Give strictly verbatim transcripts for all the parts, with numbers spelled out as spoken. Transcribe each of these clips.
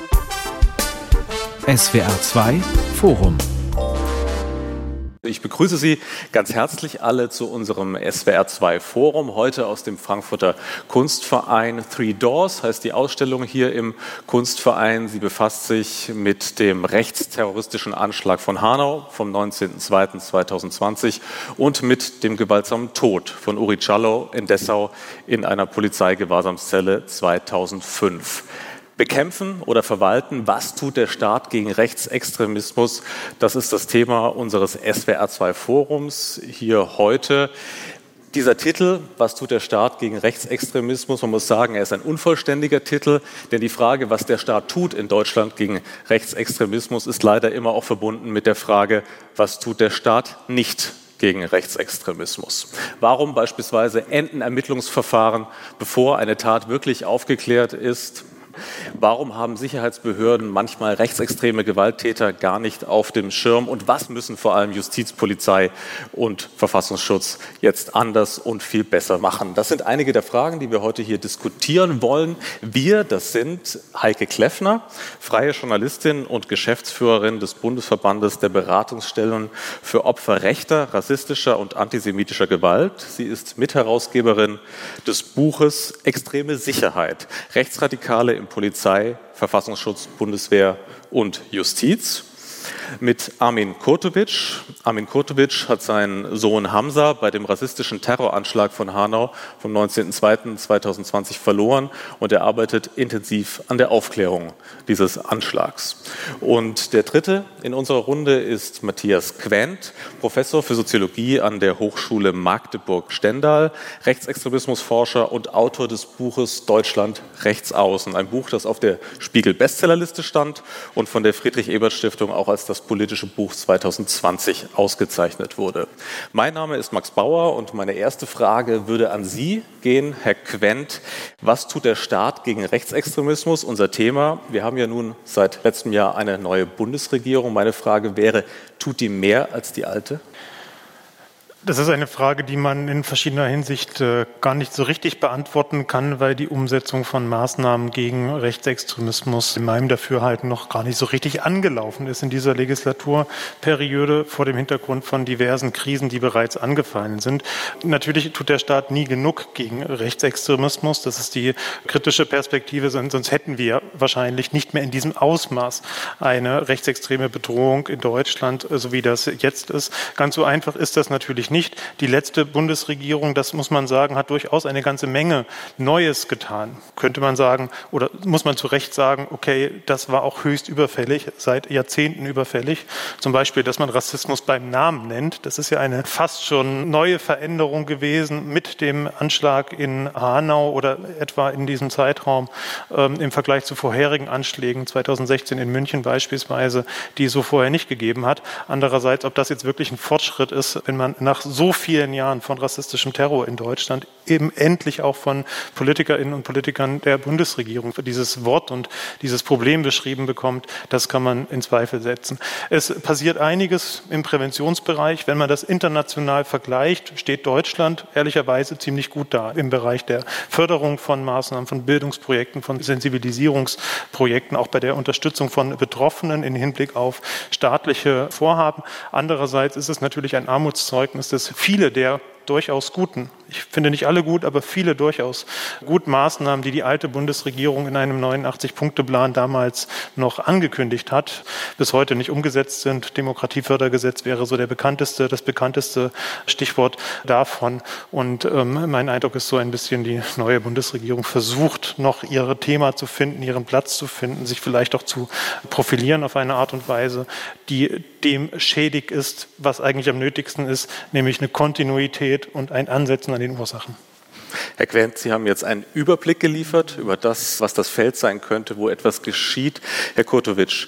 S W R zwei Forum. Ich begrüße Sie ganz herzlich alle zu unserem S W R zwei Forum, heute aus dem Frankfurter Kunstverein. Three Doors heißt die Ausstellung hier im Kunstverein. Sie befasst sich mit dem rechtsterroristischen Anschlag von Hanau vom neunzehnten zweiten zweitausendzwanzig und mit dem gewaltsamen Tod von Uri Calo in Dessau in einer Polizeigewahrsamszelle zweitausendfünf. Bekämpfen oder verwalten, was tut der Staat gegen Rechtsextremismus? Das ist das Thema unseres S W R zwei Forums hier heute. Dieser Titel, was tut der Staat gegen Rechtsextremismus? Man muss sagen, er ist ein unvollständiger Titel, denn die Frage, was der Staat tut in Deutschland gegen Rechtsextremismus, ist leider immer auch verbunden mit der Frage, was tut der Staat nicht gegen Rechtsextremismus. Warum beispielsweise enden Ermittlungsverfahren, bevor eine Tat wirklich aufgeklärt ist? Warum haben Sicherheitsbehörden manchmal rechtsextreme Gewalttäter gar nicht auf dem Schirm? Und was müssen vor allem Justiz, Polizei und Verfassungsschutz jetzt anders und viel besser machen? Das sind einige der Fragen, die wir heute hier diskutieren wollen. Wir, das sind Heike Kleffner, freie Journalistin und Geschäftsführerin des Bundesverbandes der Beratungsstellen für Opfer rechter, rassistischer und antisemitischer Gewalt. Sie ist Mitherausgeberin des Buches Extreme Sicherheit, Rechtsradikale im Polizei, Verfassungsschutz, Bundeswehr und Justiz. Mit Armin Kurtovic. Armin Kurtovic hat seinen Sohn Hamza bei dem rassistischen Terroranschlag von Hanau vom neunzehnten zweiten zweitausendzwanzig verloren und er arbeitet intensiv an der Aufklärung dieses Anschlags. Und der dritte in unserer Runde ist Matthias Quent, Professor für Soziologie an der Hochschule Magdeburg-Stendal, Rechtsextremismusforscher und Autor des Buches Deutschland Rechtsaußen. Ein Buch, das auf der Spiegel-Bestsellerliste stand und von der Friedrich-Ebert-Stiftung auch als das politische Buch zweitausendzwanzig ausgezeichnet wurde. Mein Name ist Max Bauer und meine erste Frage würde an Sie gehen, Herr Quent. Was tut der Staat gegen Rechtsextremismus? Unser Thema. Wir haben ja nun seit letztem Jahr eine neue Bundesregierung. Meine Frage wäre, tut die mehr als die alte? Das ist eine Frage, die man in verschiedener Hinsicht äh, gar nicht so richtig beantworten kann, weil die Umsetzung von Maßnahmen gegen Rechtsextremismus in meinem Dafürhalten noch gar nicht so richtig angelaufen ist in dieser Legislaturperiode vor dem Hintergrund von diversen Krisen, die bereits angefallen sind. Natürlich tut der Staat nie genug gegen Rechtsextremismus. Das ist die kritische Perspektive, sonst hätten wir wahrscheinlich nicht mehr in diesem Ausmaß eine rechtsextreme Bedrohung in Deutschland, so wie das jetzt ist. Ganz so einfach ist das natürlich nicht. Die letzte Bundesregierung, das muss man sagen, hat durchaus eine ganze Menge Neues getan. Könnte man sagen, oder muss man zu Recht sagen, okay, das war auch höchst überfällig, seit Jahrzehnten überfällig. Zum Beispiel, dass man Rassismus beim Namen nennt. Das ist ja eine fast schon neue Veränderung gewesen mit dem Anschlag in Hanau oder etwa in diesem Zeitraum ähm, im Vergleich zu vorherigen Anschlägen, zweitausendsechzehn in München beispielsweise, die es so vorher nicht gegeben hat. Andererseits, ob das jetzt wirklich ein Fortschritt ist, wenn man nach so vielen Jahren von rassistischem Terror in Deutschland eben endlich auch von Politikerinnen und Politikern der Bundesregierung für dieses Wort und dieses Problem beschrieben bekommt, das kann man in Zweifel setzen. Es passiert einiges im Präventionsbereich. Wenn man das international vergleicht, steht Deutschland ehrlicherweise ziemlich gut da im Bereich der Förderung von Maßnahmen, von Bildungsprojekten, von Sensibilisierungsprojekten, auch bei der Unterstützung von Betroffenen im Hinblick auf staatliche Vorhaben. Andererseits ist es natürlich ein Armutszeugnis, dass viele der durchaus guten, ich finde nicht alle gut, aber viele durchaus gut Maßnahmen, die die alte Bundesregierung in einem neunundachtzig-Punkte-Plan damals noch angekündigt hat, bis heute nicht umgesetzt sind. Demokratiefördergesetz wäre so der bekannteste, das bekannteste Stichwort davon. Und ähm, mein Eindruck ist so ein bisschen, die neue Bundesregierung versucht noch ihr Thema zu finden, ihren Platz zu finden, sich vielleicht auch zu profilieren auf eine Art und Weise, die dem schädig ist, was eigentlich am nötigsten ist, nämlich eine Kontinuität und ein Ansetzen an den Ursachen. Herr Quent, Sie haben jetzt einen Überblick geliefert über das, was das Feld sein könnte, wo etwas geschieht. Herr Kurtovic,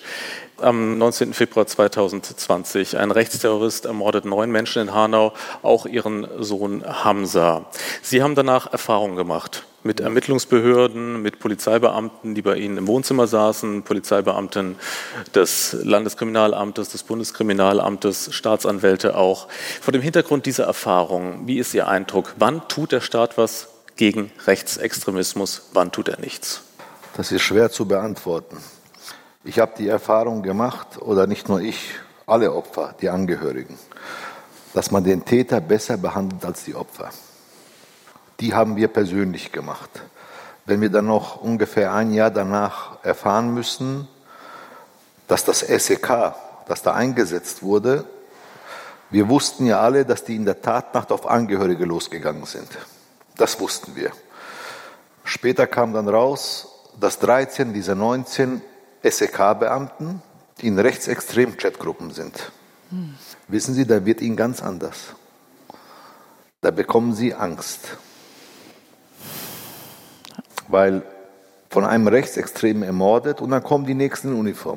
am neunzehnten Februar zweitausendzwanzig, ein Rechtsterrorist ermordet neun Menschen in Hanau, auch ihren Sohn Hamza. Sie haben danach Erfahrungen gemacht mit Ermittlungsbehörden, mit Polizeibeamten, die bei Ihnen im Wohnzimmer saßen, Polizeibeamten des Landeskriminalamtes, des Bundeskriminalamtes, Staatsanwälte auch. Vor dem Hintergrund dieser Erfahrung, wie ist Ihr Eindruck? Wann tut der Staat was gegen Rechtsextremismus, wann tut er nichts? Das ist schwer zu beantworten. Ich habe die Erfahrung gemacht, oder nicht nur ich, alle Opfer, die Angehörigen, dass man den Täter besser behandelt als die Opfer. Die haben wir persönlich gemacht. Wenn wir dann noch ungefähr ein Jahr danach erfahren müssen, dass das S E K, das da eingesetzt wurde, wir wussten ja alle, dass die in der Tatnacht auf Angehörige losgegangen sind. Das wussten wir. Später kam dann raus, dass dreizehn dieser neunzehn S E K-Beamten in rechtsextremen Chatgruppen sind. Hm. Wissen Sie, da wird Ihnen ganz anders. Da bekommen Sie Angst. Weil von einem Rechtsextremen ermordet und dann kommen die nächsten in Uniform.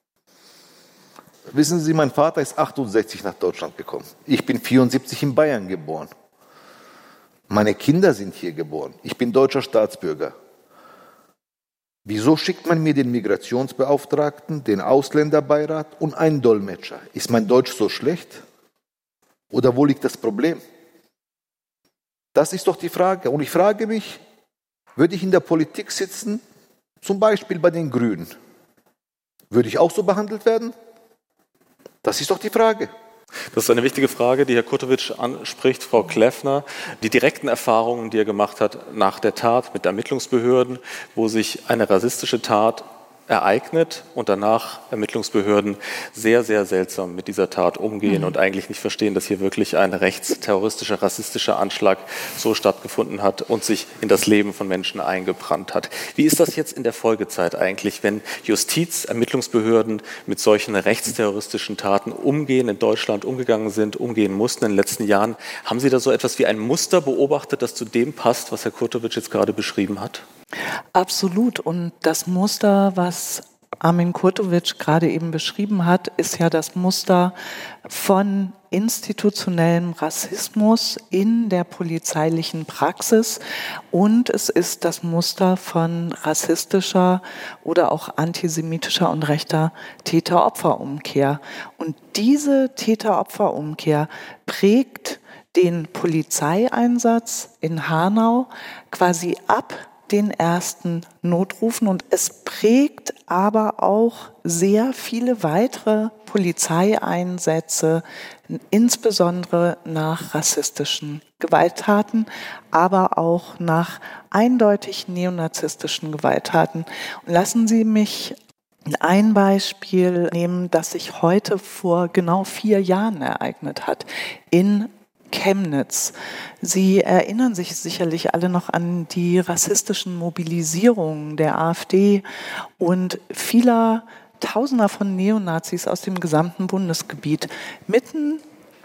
Wissen Sie, mein Vater ist achtundsechzig nach Deutschland gekommen. Ich bin vierundsiebzig in Bayern geboren. Meine Kinder sind hier geboren. Ich bin deutscher Staatsbürger. Wieso schickt man mir den Migrationsbeauftragten, den Ausländerbeirat und einen Dolmetscher? Ist mein Deutsch so schlecht? Oder wo liegt das Problem? Das ist doch die Frage. Und ich frage mich, würde ich in der Politik sitzen, zum Beispiel bei den Grünen, würde ich auch so behandelt werden? Das ist doch die Frage. Das ist eine wichtige Frage, die Herr Kurtovic anspricht, Frau Kleffner. Die direkten Erfahrungen, die er gemacht hat nach der Tat mit Ermittlungsbehörden, wo sich eine rassistische Tat ereignet und danach Ermittlungsbehörden sehr, sehr seltsam mit dieser Tat umgehen mhm. und eigentlich nicht verstehen, dass hier wirklich ein rechtsterroristischer, rassistischer Anschlag so stattgefunden hat und sich in das Leben von Menschen eingebrannt hat. Wie ist das jetzt in der Folgezeit eigentlich, wenn Justiz, Ermittlungsbehörden mit solchen rechtsterroristischen Taten umgehen, in Deutschland umgegangen sind, umgehen mussten in den letzten Jahren? Haben Sie da so etwas wie ein Muster beobachtet, das zu dem passt, was Herr Kurtovic jetzt gerade beschrieben hat? Absolut. Und das Muster, was Armin Kurtovic gerade eben beschrieben hat, ist ja das Muster von institutionellem Rassismus in der polizeilichen Praxis. Und es ist das Muster von rassistischer oder auch antisemitischer und rechter Täter-Opfer-Umkehr. Und diese Täter-Opfer-Umkehr prägt den Polizeieinsatz in Hanau quasi ab den ersten Notrufen und es prägt aber auch sehr viele weitere Polizeieinsätze, insbesondere nach rassistischen Gewalttaten, aber auch nach eindeutig neonazistischen Gewalttaten. Und lassen Sie mich ein Beispiel nehmen, das sich heute vor genau vier Jahren ereignet hat in Chemnitz. Sie erinnern sich sicherlich alle noch an die rassistischen Mobilisierungen der AfD und vieler Tausender von Neonazis aus dem gesamten Bundesgebiet. Mitten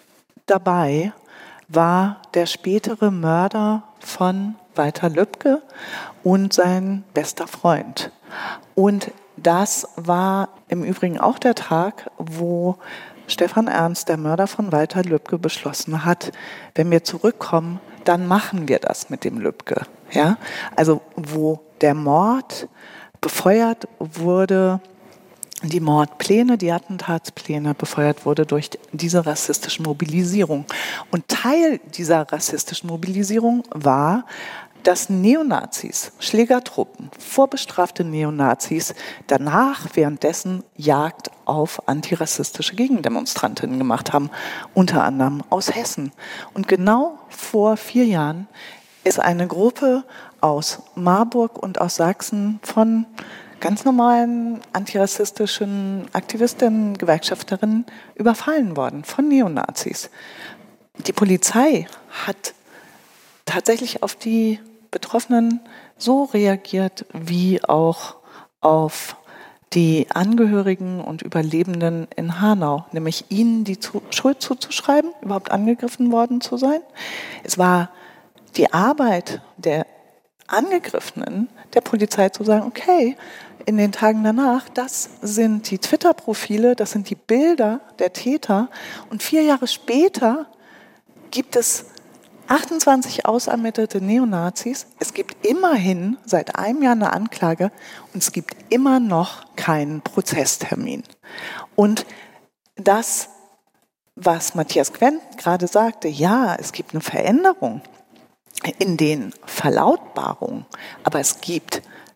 dabei war der spätere Mörder von Walter Lübcke und sein bester Freund. Und das war im Übrigen auch der Tag, wo Stefan Ernst, der Mörder von Walter Lübcke, beschlossen hat, wenn wir zurückkommen, dann machen wir das mit dem Lübcke. Ja? Also wo der Mord befeuert wurde, die Mordpläne, die Attentatspläne befeuert wurde durch diese rassistische Mobilisierung. Und Teil dieser rassistischen Mobilisierung war, dass Neonazis, Schlägertruppen, vorbestrafte Neonazis danach währenddessen Jagd auf antirassistische Gegendemonstrantinnen gemacht haben, unter anderem aus Hessen. Und genau vor vier Jahren ist eine Gruppe aus Marburg und aus Sachsen von ganz normalen antirassistischen Aktivistinnen, Gewerkschafterinnen überfallen worden von Neonazis. Die Polizei hat tatsächlich auf die Betroffenen so reagiert, wie auch auf die Angehörigen und Überlebenden in Hanau, nämlich ihnen die Schuld zuzuschreiben, überhaupt angegriffen worden zu sein. Es war die Arbeit der Angegriffenen, der Polizei zu sagen, okay, in den Tagen danach, das sind die Twitter-Profile, das sind die Bilder der Täter und vier Jahre später gibt es achtundzwanzig ausermittelte Neonazis. Es gibt immerhin seit einem Jahr eine Anklage und es gibt immer noch keinen Prozesstermin. Und das, was Matthias Quent gerade sagte, ja, es gibt eine Veränderung in den Verlautbarungen, aber es gibt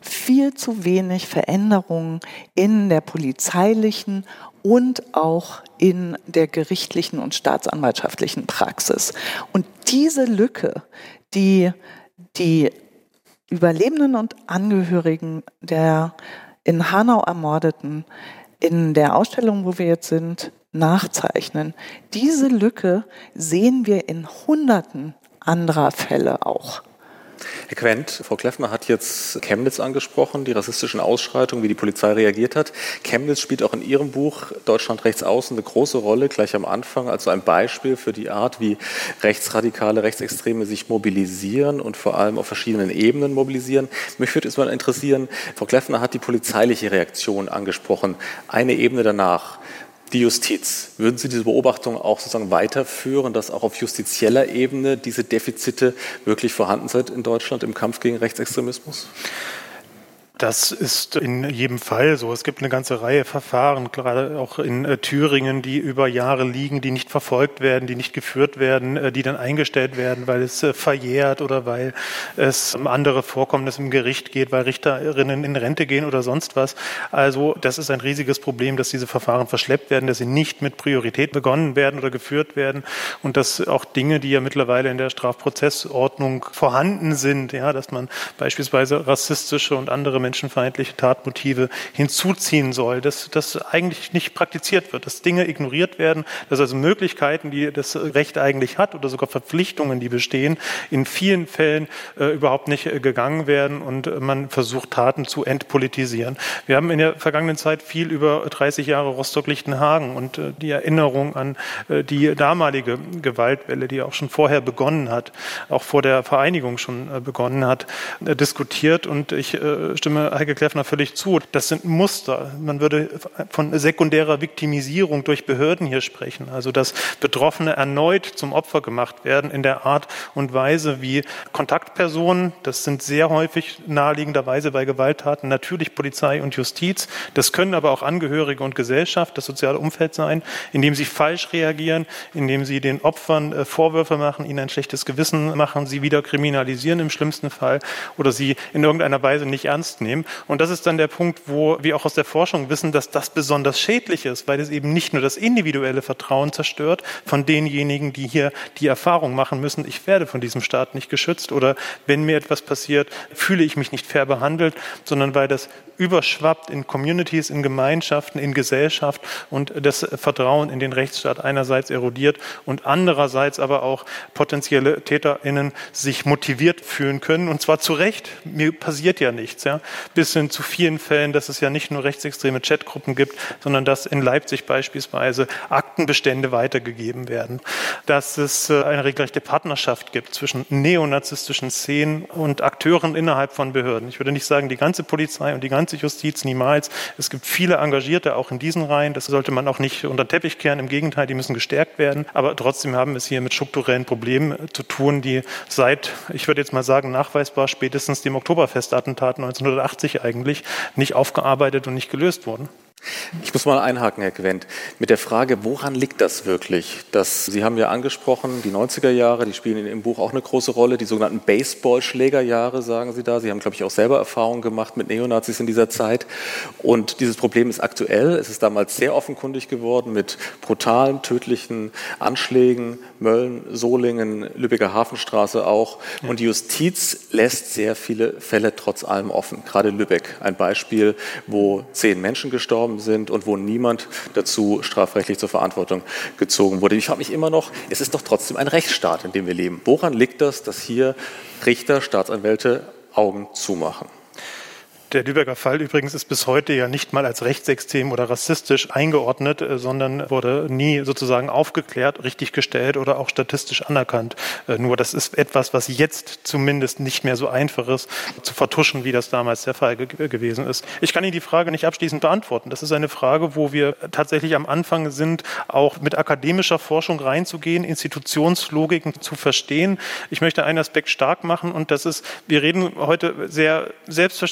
viel zu wenig Veränderungen in der polizeilichen und auch in der gerichtlichen und staatsanwaltschaftlichen Praxis. Und diese Lücke, die die Überlebenden und Angehörigen der in Hanau Ermordeten in der Ausstellung, wo wir jetzt sind, nachzeichnen, diese Lücke sehen wir in Hunderten anderer Fälle auch. Herr Quent, Frau Kleffner hat jetzt Chemnitz angesprochen, die rassistischen Ausschreitungen, wie die Polizei reagiert hat. Chemnitz spielt auch in Ihrem Buch Deutschland rechts außen eine große Rolle, gleich am Anfang, also ein Beispiel für die Art, wie Rechtsradikale, Rechtsextreme sich mobilisieren und vor allem auf verschiedenen Ebenen mobilisieren. Mich würde jetzt mal interessieren, Frau Kleffner hat die polizeiliche Reaktion angesprochen. Eine Ebene danach. Die Justiz. Würden Sie diese Beobachtung auch sozusagen weiterführen, dass auch auf justizieller Ebene diese Defizite wirklich vorhanden sind in Deutschland im Kampf gegen Rechtsextremismus? Das ist in jedem Fall so. Es gibt eine ganze Reihe Verfahren, gerade auch in äh, Thüringen, die über Jahre liegen, die nicht verfolgt werden, die nicht geführt werden, äh, die dann eingestellt werden, weil es äh, verjährt oder weil es um andere Vorkommnisse im Gericht geht, weil Richterinnen in Rente gehen oder sonst was. Also das ist ein riesiges Problem, dass diese Verfahren verschleppt werden, dass sie nicht mit Priorität begonnen werden oder geführt werden und dass auch Dinge, die ja mittlerweile in der Strafprozessordnung vorhanden sind, ja, dass man beispielsweise rassistische und andere menschenfeindliche Tatmotive hinzuziehen soll, dass das eigentlich nicht praktiziert wird, dass Dinge ignoriert werden, dass also Möglichkeiten, die das Recht eigentlich hat oder sogar Verpflichtungen, die bestehen, in vielen Fällen äh, überhaupt nicht äh, gegangen werden und äh, man versucht, Taten zu entpolitisieren. Wir haben in der vergangenen Zeit viel über dreißig Jahre Rostock-Lichtenhagen und äh, die Erinnerung an äh, die damalige Gewaltwelle, die auch schon vorher begonnen hat, auch vor der Vereinigung schon äh, begonnen hat, äh, diskutiert und ich äh, stimme Heike Kleffner völlig zu. Das sind Muster. Man würde von sekundärer Viktimisierung durch Behörden hier sprechen. Also dass Betroffene erneut zum Opfer gemacht werden in der Art und Weise, wie Kontaktpersonen, das sind sehr häufig naheliegenderweise bei Gewalttaten natürlich Polizei und Justiz. Das können aber auch Angehörige und Gesellschaft, das soziale Umfeld sein, indem sie falsch reagieren, indem sie den Opfern Vorwürfe machen, ihnen ein schlechtes Gewissen machen, sie wieder kriminalisieren im schlimmsten Fall oder sie in irgendeiner Weise nicht ernst nehmen. Und das ist dann der Punkt, wo wir auch aus der Forschung wissen, dass das besonders schädlich ist, weil es eben nicht nur das individuelle Vertrauen zerstört von denjenigen, die hier die Erfahrung machen müssen, ich werde von diesem Staat nicht geschützt oder wenn mir etwas passiert, fühle ich mich nicht fair behandelt, sondern weil das überschwappt in Communities, in Gemeinschaften, in Gesellschaft und das Vertrauen in den Rechtsstaat einerseits erodiert und andererseits aber auch potenzielle TäterInnen sich motiviert fühlen können und zwar zu Recht. Mir passiert ja nichts, ja. Bis hin zu vielen Fällen, dass es ja nicht nur rechtsextreme Chatgruppen gibt, sondern dass in Leipzig beispielsweise Aktenbestände weitergegeben werden. Dass es eine regelrechte Partnerschaft gibt zwischen neonazistischen Szenen und Akteuren innerhalb von Behörden. Ich würde nicht sagen, die ganze Polizei und die ganze Justiz, niemals. Es gibt viele Engagierte, auch in diesen Reihen. Das sollte man auch nicht unter den Teppich kehren. Im Gegenteil, die müssen gestärkt werden. Aber trotzdem haben wir es hier mit strukturellen Problemen zu tun, die seit, ich würde jetzt mal sagen, nachweisbar spätestens dem Oktoberfestattentat neunzehnhundertachtzig eigentlich nicht aufgearbeitet und nicht gelöst wurden. Ich muss mal einhaken, Herr Quent, mit der Frage, woran liegt das wirklich? Das, Sie haben ja angesprochen, die neunziger Jahre, die spielen in Ihrem Buch auch eine große Rolle, die sogenannten Baseballschlägerjahre, sagen Sie da. Sie haben, glaube ich, auch selber Erfahrungen gemacht mit Neonazis in dieser Zeit. Und dieses Problem ist aktuell. Es ist damals sehr offenkundig geworden mit brutalen, tödlichen Anschlägen, Mölln, Solingen, Lübecker Hafenstraße auch. Und die Justiz lässt sehr viele Fälle trotz allem offen. Gerade Lübeck, ein Beispiel, wo zehn Menschen gestorben sind und wo niemand dazu strafrechtlich zur Verantwortung gezogen wurde. Ich frage mich immer noch, es ist doch trotzdem ein Rechtsstaat, in dem wir leben. Woran liegt das, dass hier Richter, Staatsanwälte Augen zumachen? Der Lübecker Fall übrigens ist bis heute ja nicht mal als rechtsextrem oder rassistisch eingeordnet, sondern wurde nie sozusagen aufgeklärt, richtiggestellt oder auch statistisch anerkannt. Nur das ist etwas, was jetzt zumindest nicht mehr so einfach ist, zu vertuschen, wie das damals der Fall ge- gewesen ist. Ich kann Ihnen die Frage nicht abschließend beantworten. Das ist eine Frage, wo wir tatsächlich am Anfang sind, auch mit akademischer Forschung reinzugehen, Institutionslogiken zu verstehen. Ich möchte einen Aspekt stark machen und das ist, wir reden heute sehr selbstverständlich über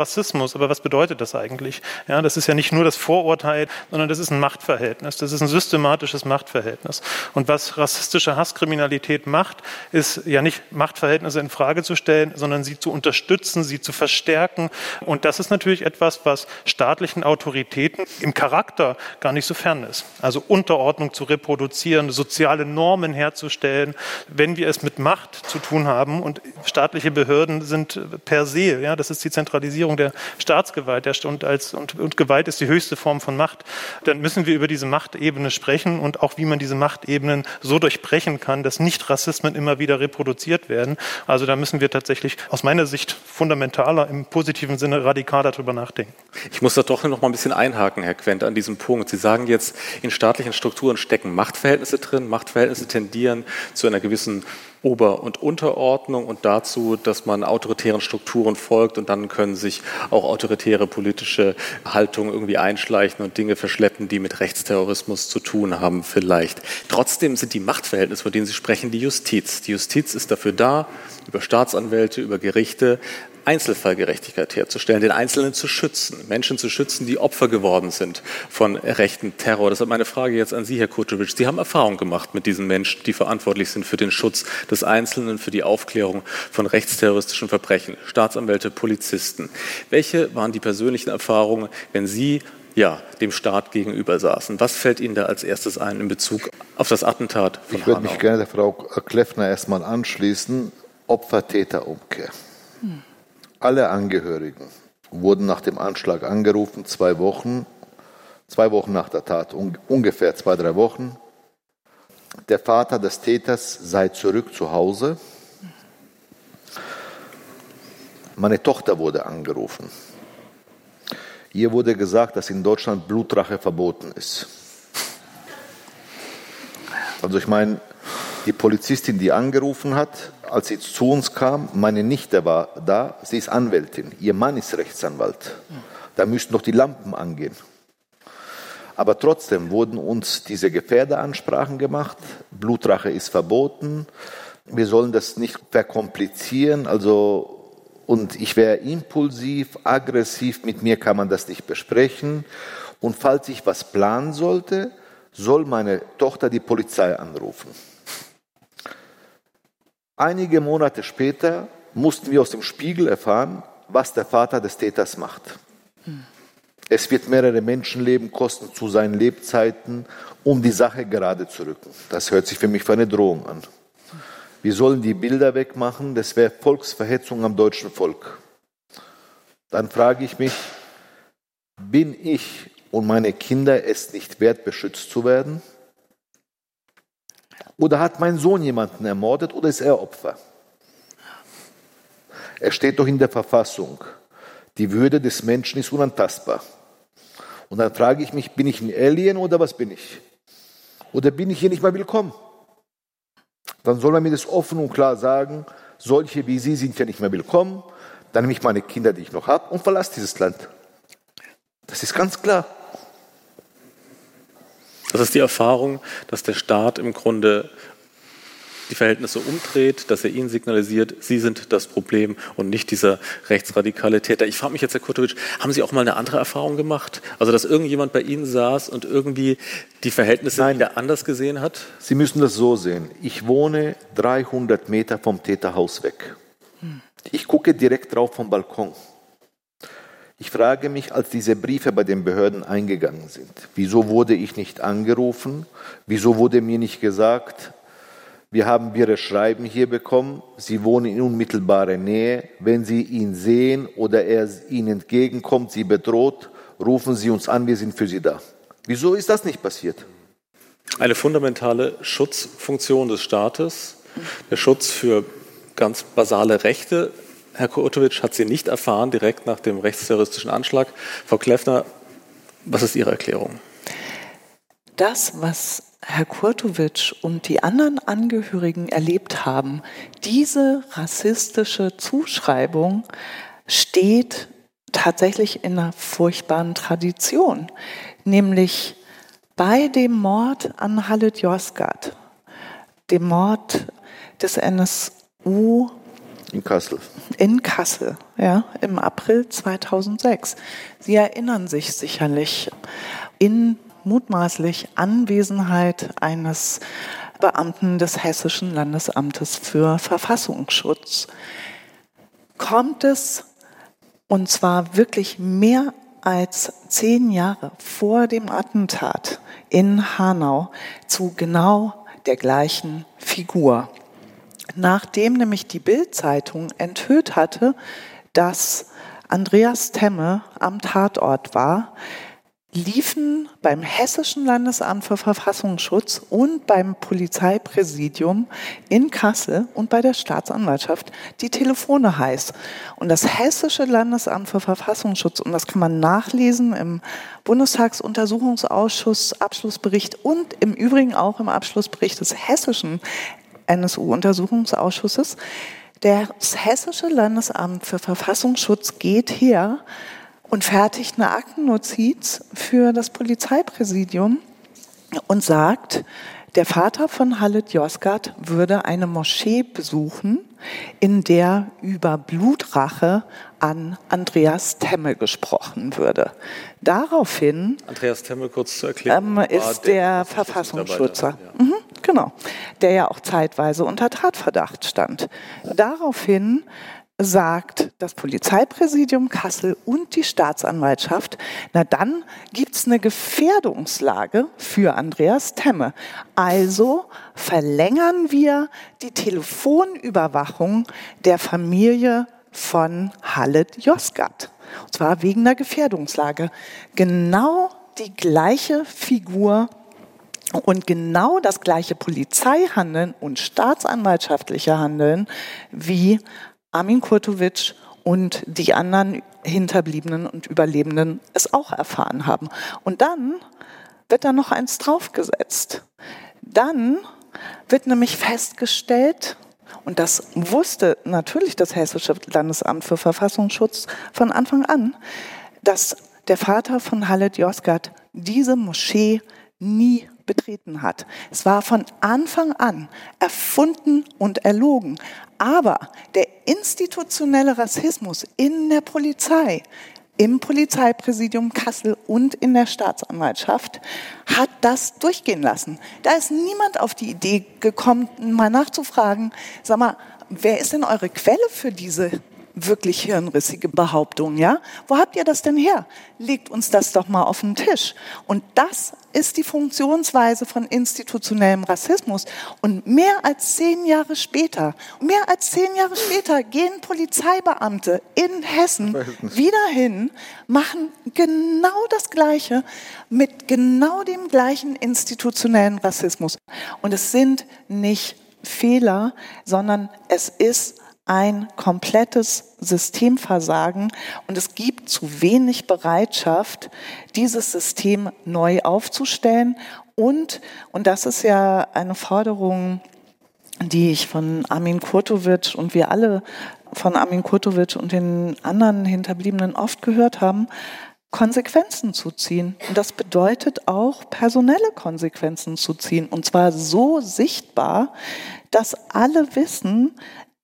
Rassismus, aber was bedeutet das eigentlich? Ja, das ist ja nicht nur das Vorurteil, sondern das ist ein Machtverhältnis. Das ist ein systematisches Machtverhältnis. Und was rassistische Hasskriminalität macht, ist ja nicht Machtverhältnisse in Frage zu stellen, sondern sie zu unterstützen, sie zu verstärken. Und das ist natürlich etwas, was staatlichen Autoritäten im Charakter gar nicht so fern ist. Also Unterordnung zu reproduzieren, soziale Normen herzustellen, wenn wir es mit Macht zu tun haben. Und staatliche Behörden sind per se, ja, das ist die Zentralisierung der Staatsgewalt, der und, als, und, und Gewalt ist die höchste Form von Macht. Dann müssen wir über diese Machtebene sprechen und auch, wie man diese Machtebenen so durchbrechen kann, dass nicht Rassismen immer wieder reproduziert werden. Also da müssen wir tatsächlich aus meiner Sicht fundamentaler, im positiven Sinne radikaler darüber nachdenken. Ich muss da doch noch mal ein bisschen einhaken, Herr Quent, an diesem Punkt. Sie sagen jetzt, in staatlichen Strukturen stecken Machtverhältnisse drin. Machtverhältnisse tendieren zu einer gewissen Ober- und Unterordnung und dazu, dass man autoritären Strukturen folgt, und dann können sich auch autoritäre politische Haltungen irgendwie einschleichen und Dinge verschleppen, die mit Rechtsterrorismus zu tun haben vielleicht. Trotzdem sind die Machtverhältnisse, von denen Sie sprechen, die Justiz. Die Justiz ist dafür da, über Staatsanwälte, über Gerichte Einzelfallgerechtigkeit herzustellen, den Einzelnen zu schützen, Menschen zu schützen, die Opfer geworden sind von rechten Terror. Deshalb meine Frage jetzt an Sie, Herr Kurtovic. Sie haben Erfahrung gemacht mit diesen Menschen, die verantwortlich sind für den Schutz des Einzelnen, für die Aufklärung von rechtsterroristischen Verbrechen, Staatsanwälte, Polizisten. Welche waren die persönlichen Erfahrungen, wenn Sie ja, dem Staat gegenüber saßen? Was fällt Ihnen da als erstes ein in Bezug auf das Attentat von Hanau? Ich würde mich gerne der Frau Kleffner erstmal anschließen. Opfer-Täter-Umkehr. Hm. Alle Angehörigen wurden nach dem Anschlag angerufen, zwei Wochen, zwei Wochen nach der Tat, un, ungefähr zwei, drei Wochen. Der Vater des Täters sei zurück zu Hause. Meine Tochter wurde angerufen. Ihr wurde gesagt, dass in Deutschland Blutrache verboten ist. Also ich meine, die Polizistin, die angerufen hat, als sie zu uns kam, meine Nichte war da, sie ist Anwältin, ihr Mann ist Rechtsanwalt. Da müssten doch die Lampen angehen. Aber trotzdem wurden uns diese Gefährderansprachen gemacht, Blutrache ist verboten, wir sollen das nicht verkomplizieren, also, und ich wäre impulsiv, aggressiv, mit mir kann man das nicht besprechen. Und falls ich was planen sollte, soll meine Tochter die Polizei anrufen. Einige Monate später mussten wir aus dem Spiegel erfahren, was der Vater des Täters macht. Hm. Es wird mehrere Menschenleben kosten zu seinen Lebzeiten, um die Sache gerade zu rücken. Das hört sich für mich wie eine Drohung an. Wir sollen die Bilder wegmachen, das wäre Volksverhetzung am deutschen Volk. Dann frage ich mich, bin ich und meine Kinder es nicht wert, beschützt zu werden? Oder hat mein Sohn jemanden ermordet oder ist er Opfer? Es steht doch in der Verfassung, die Würde des Menschen ist unantastbar. Und dann frage ich mich, bin ich ein Alien oder was bin ich? Oder bin ich hier nicht mal willkommen? Dann soll man mir das offen und klar sagen, solche wie Sie sind ja nicht mehr willkommen, dann nehme ich meine Kinder, die ich noch habe, und verlasse dieses Land. Das ist ganz klar. Das ist die Erfahrung, dass der Staat im Grunde die Verhältnisse umdreht, dass er Ihnen signalisiert, Sie sind das Problem und nicht dieser rechtsradikale Täter. Ich frage mich jetzt, Herr Kurtovic, haben Sie auch mal eine andere Erfahrung gemacht? Also, dass irgendjemand bei Ihnen saß und irgendwie die Verhältnisse Nein. wieder anders gesehen hat? Sie müssen das so sehen. Ich wohne dreihundert Meter vom Täterhaus weg. Ich gucke direkt drauf vom Balkon. Ich frage mich, als diese Briefe bei den Behörden eingegangen sind, wieso wurde ich nicht angerufen? Wieso wurde mir nicht gesagt, wir haben Ihre Schreiben hier bekommen, Sie wohnen in unmittelbarer Nähe. Wenn Sie ihn sehen oder er Ihnen entgegenkommt, Sie bedroht, rufen Sie uns an, wir sind für Sie da. Wieso ist das nicht passiert? Eine fundamentale Schutzfunktion des Staates, der Schutz für ganz basale Rechte. Herr Kurtovic hat sie nicht erfahren, direkt nach dem rechtsterroristischen Anschlag. Frau Kleffner, was ist Ihre Erklärung? Das, was Herr Kurtovic und die anderen Angehörigen erlebt haben, diese rassistische Zuschreibung steht tatsächlich in einer furchtbaren Tradition. Nämlich bei dem Mord an Halit Yozgat, dem Mord des N S U In Kassel. In Kassel, ja, im April zweitausendsechs. Sie erinnern sich sicherlich, in mutmaßlich Anwesenheit eines Beamten des Hessischen Landesamtes für Verfassungsschutz kommt es, und zwar wirklich mehr als zehn Jahre vor dem Attentat in Hanau, zu genau der gleichen Figur. Nachdem nämlich die Bild-Zeitung enthüllt hatte, dass Andreas Temme am Tatort war, liefen beim Hessischen Landesamt für Verfassungsschutz und beim Polizeipräsidium in Kassel und bei der Staatsanwaltschaft die Telefone heiß. Und das Hessische Landesamt für Verfassungsschutz, und das kann man nachlesen im Bundestagsuntersuchungsausschuss Abschlussbericht und im Übrigen auch im Abschlussbericht des Hessischen N S U-Untersuchungsausschusses, das Hessische Landesamt für Verfassungsschutz geht her und fertigt eine Aktennotiz für das Polizeipräsidium und sagt, der Vater von Halit Yozgat würde eine Moschee besuchen, in der über Blutrache an Andreas Temme gesprochen würde. Daraufhin Andreas Temme, kurz zu erklären, ähm, ist der, der Verfassungsschützer, ja. mhm, genau, der ja auch zeitweise unter Tatverdacht stand. Daraufhin sagt das Polizeipräsidium Kassel und die Staatsanwaltschaft, na dann gibt es eine Gefährdungslage für Andreas Temme. Also verlängern wir die Telefonüberwachung der Familie von Halit Yozgat. Und zwar wegen der Gefährdungslage. Genau die gleiche Figur und genau das gleiche Polizeihandeln und staatsanwaltschaftliche Handeln wie Armin Kurtovic und die anderen Hinterbliebenen und Überlebenden es auch erfahren haben. Und dann wird da noch eins draufgesetzt. Dann wird nämlich festgestellt, und das wusste natürlich das Hessische Landesamt für Verfassungsschutz von Anfang an, dass der Vater von Halit Yozgat diese Moschee nie betreten hat. Es war von Anfang an erfunden und erlogen. Aber der institutionelle Rassismus in der Polizei, im Polizeipräsidium Kassel und in der Staatsanwaltschaft hat das durchgehen lassen. Da ist niemand auf die Idee gekommen, mal nachzufragen, sag mal, wer ist denn eure Quelle für diese wirklich hirnrissige Behauptung, ja? Wo habt ihr das denn her? Legt uns das doch mal auf den Tisch. Und das ist die Funktionsweise von institutionellem Rassismus. Und mehr als zehn Jahre später, mehr als zehn Jahre später gehen Polizeibeamte in Hessen wieder hin, machen genau das Gleiche mit genau dem gleichen institutionellen Rassismus. Und es sind nicht Fehler, sondern es ist ein komplettes Systemversagen und es gibt zu wenig Bereitschaft, dieses System neu aufzustellen. Und, und das ist ja eine Forderung, die ich von Armin Kurtovic und wir alle von Armin Kurtovic und den anderen Hinterbliebenen oft gehört haben, Konsequenzen zu ziehen. Und das bedeutet auch, personelle Konsequenzen zu ziehen. Und zwar so sichtbar, dass alle wissen,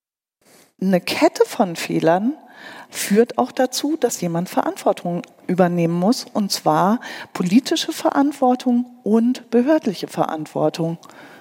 eine Kette von Fehlern führt auch dazu, dass jemand Verantwortung übernehmen muss, und zwar politische Verantwortung und behördliche Verantwortung.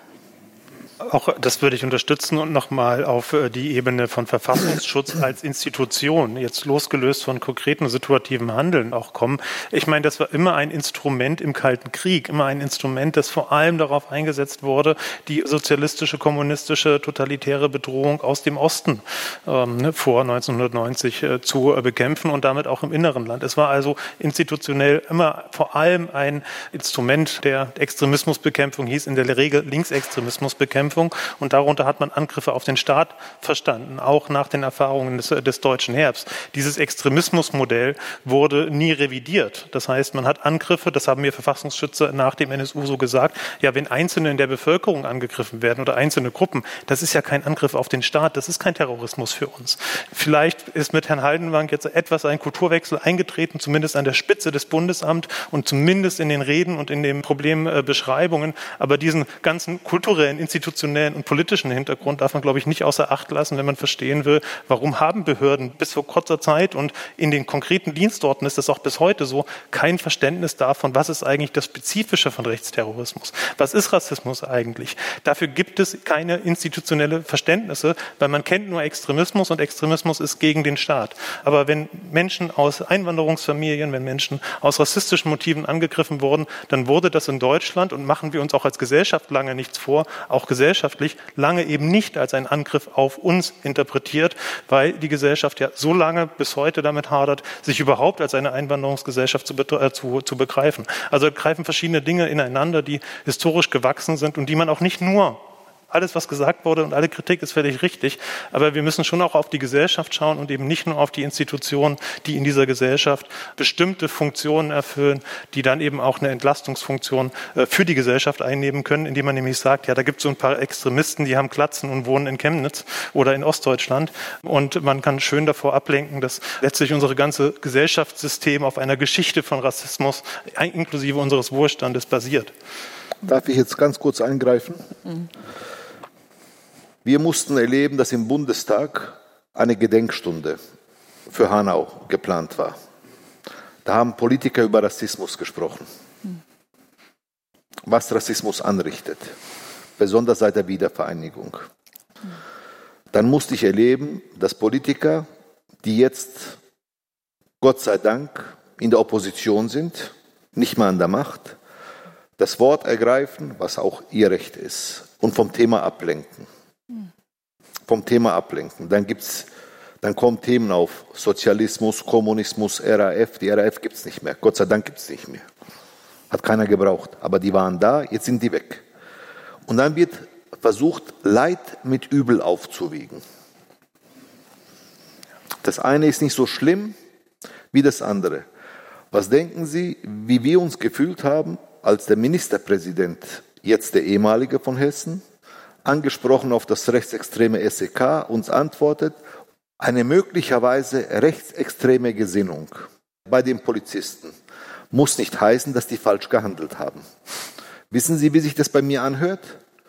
Auch das würde ich unterstützen und nochmal auf die Ebene von Verfassungsschutz als Institution, jetzt losgelöst von konkreten situativen Handeln auch kommen. Ich meine, das war immer ein Instrument im Kalten Krieg, immer ein Instrument, das vor allem darauf eingesetzt wurde, die sozialistische, kommunistische, totalitäre Bedrohung aus dem Osten ähm, ne, vor neunzehnhundertneunzig äh, zu äh, bekämpfen und damit auch im inneren Land. Es war also institutionell immer vor allem ein Instrument der Extremismusbekämpfung, hieß in der Regel Linksextremismusbekämpfung. Und darunter hat man Angriffe auf den Staat verstanden, auch nach den Erfahrungen des, des deutschen Herbst. Dieses Extremismusmodell wurde nie revidiert. Das heißt, man hat Angriffe, das haben wir Verfassungsschützer nach dem N S U so gesagt, ja, wenn Einzelne in der Bevölkerung angegriffen werden oder einzelne Gruppen, das ist ja kein Angriff auf den Staat, das ist kein Terrorismus für uns. Vielleicht ist mit Herrn Haldenwang jetzt etwas ein Kulturwechsel eingetreten, zumindest an der Spitze des Bundesamts und zumindest in den Reden und in den Problembeschreibungen, aber diesen ganzen kulturellen Institutionen institutionellen und politischen Hintergrund darf man, glaube ich, nicht außer Acht lassen, wenn man verstehen will, warum haben Behörden bis vor kurzer Zeit und in den konkreten Dienstorten ist es auch bis heute so, kein Verständnis davon, was ist eigentlich das Spezifische von Rechtsterrorismus? Was ist Rassismus eigentlich? Dafür gibt es keine institutionelle Verständnisse, weil man kennt nur Extremismus und Extremismus ist gegen den Staat. Aber wenn Menschen aus Einwanderungsfamilien, wenn Menschen aus rassistischen Motiven angegriffen wurden, dann wurde das in Deutschland, und machen wir uns auch als Gesellschaft lange nichts vor, auch gesellschaftlich lange eben nicht als ein Angriff auf uns interpretiert, weil die Gesellschaft ja so lange bis heute damit hadert, sich überhaupt als eine Einwanderungsgesellschaft zu, äh, zu, zu begreifen. Also greifen verschiedene Dinge ineinander, die historisch gewachsen sind und die man auch nicht nur, alles, was gesagt wurde und alle Kritik ist völlig richtig, aber wir müssen schon auch auf die Gesellschaft schauen und eben nicht nur auf die Institutionen, die in dieser Gesellschaft bestimmte Funktionen erfüllen, die dann eben auch eine Entlastungsfunktion für die Gesellschaft einnehmen können, indem man nämlich sagt, ja, da gibt es so ein paar Extremisten, die haben Glatzen und wohnen in Chemnitz oder in Ostdeutschland und man kann schön davor ablenken, dass letztlich unsere ganze Gesellschaftssystem auf einer Geschichte von Rassismus inklusive unseres Wohlstandes basiert. Darf ich jetzt ganz kurz eingreifen? Mhm. Wir mussten erleben, dass im Bundestag eine Gedenkstunde für Hanau geplant war. Da haben Politiker über Rassismus gesprochen. Was Rassismus anrichtet, besonders seit der Wiedervereinigung. Dann musste ich erleben, dass Politiker, die jetzt Gott sei Dank in der Opposition sind, nicht mehr an der Macht, das Wort ergreifen, was auch ihr Recht ist, und vom Thema ablenken. Vom Thema ablenken. Dann gibt's, dann kommen Themen auf, Sozialismus, Kommunismus, R A F. Die R A F gibt es nicht mehr. Gott sei Dank gibt es nicht mehr. Hat keiner gebraucht. Aber die waren da, jetzt sind die weg. Und dann wird versucht, Leid mit Übel aufzuwiegen. Das eine ist nicht so schlimm wie das andere. Was denken Sie, wie wir uns gefühlt haben, als der Ministerpräsident, jetzt der ehemalige von Hessen, angesprochen auf das rechtsextreme S E K, uns antwortet, eine möglicherweise rechtsextreme Gesinnung bei den Polizisten muss nicht heißen, dass die falsch gehandelt haben. Wissen Sie, wie sich das bei mir anhört?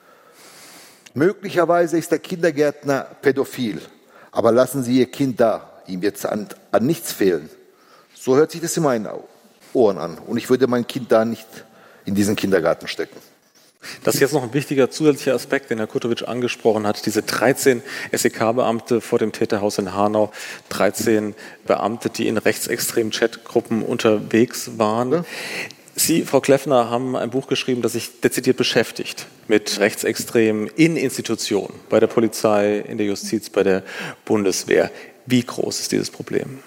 Möglicherweise ist der Kindergärtner pädophil, aber lassen Sie Ihr Kind da, ihm wird es an, an nichts fehlen. So hört sich das in meinen Ohren an und ich würde mein Kind da nicht in diesen Kindergarten stecken. Das ist jetzt noch ein wichtiger zusätzlicher Aspekt, den Herr Kurtovic angesprochen hat. Diese dreizehn S E K-Beamte vor dem Täterhaus in Hanau, dreizehn Beamte, die in rechtsextremen Chatgruppen unterwegs waren. Ja. Sie, Frau Kleffner, haben ein Buch geschrieben, das sich dezidiert beschäftigt mit Rechtsextremen in Institutionen, bei der Polizei, in der Justiz, bei der Bundeswehr. Wie groß ist dieses Problem?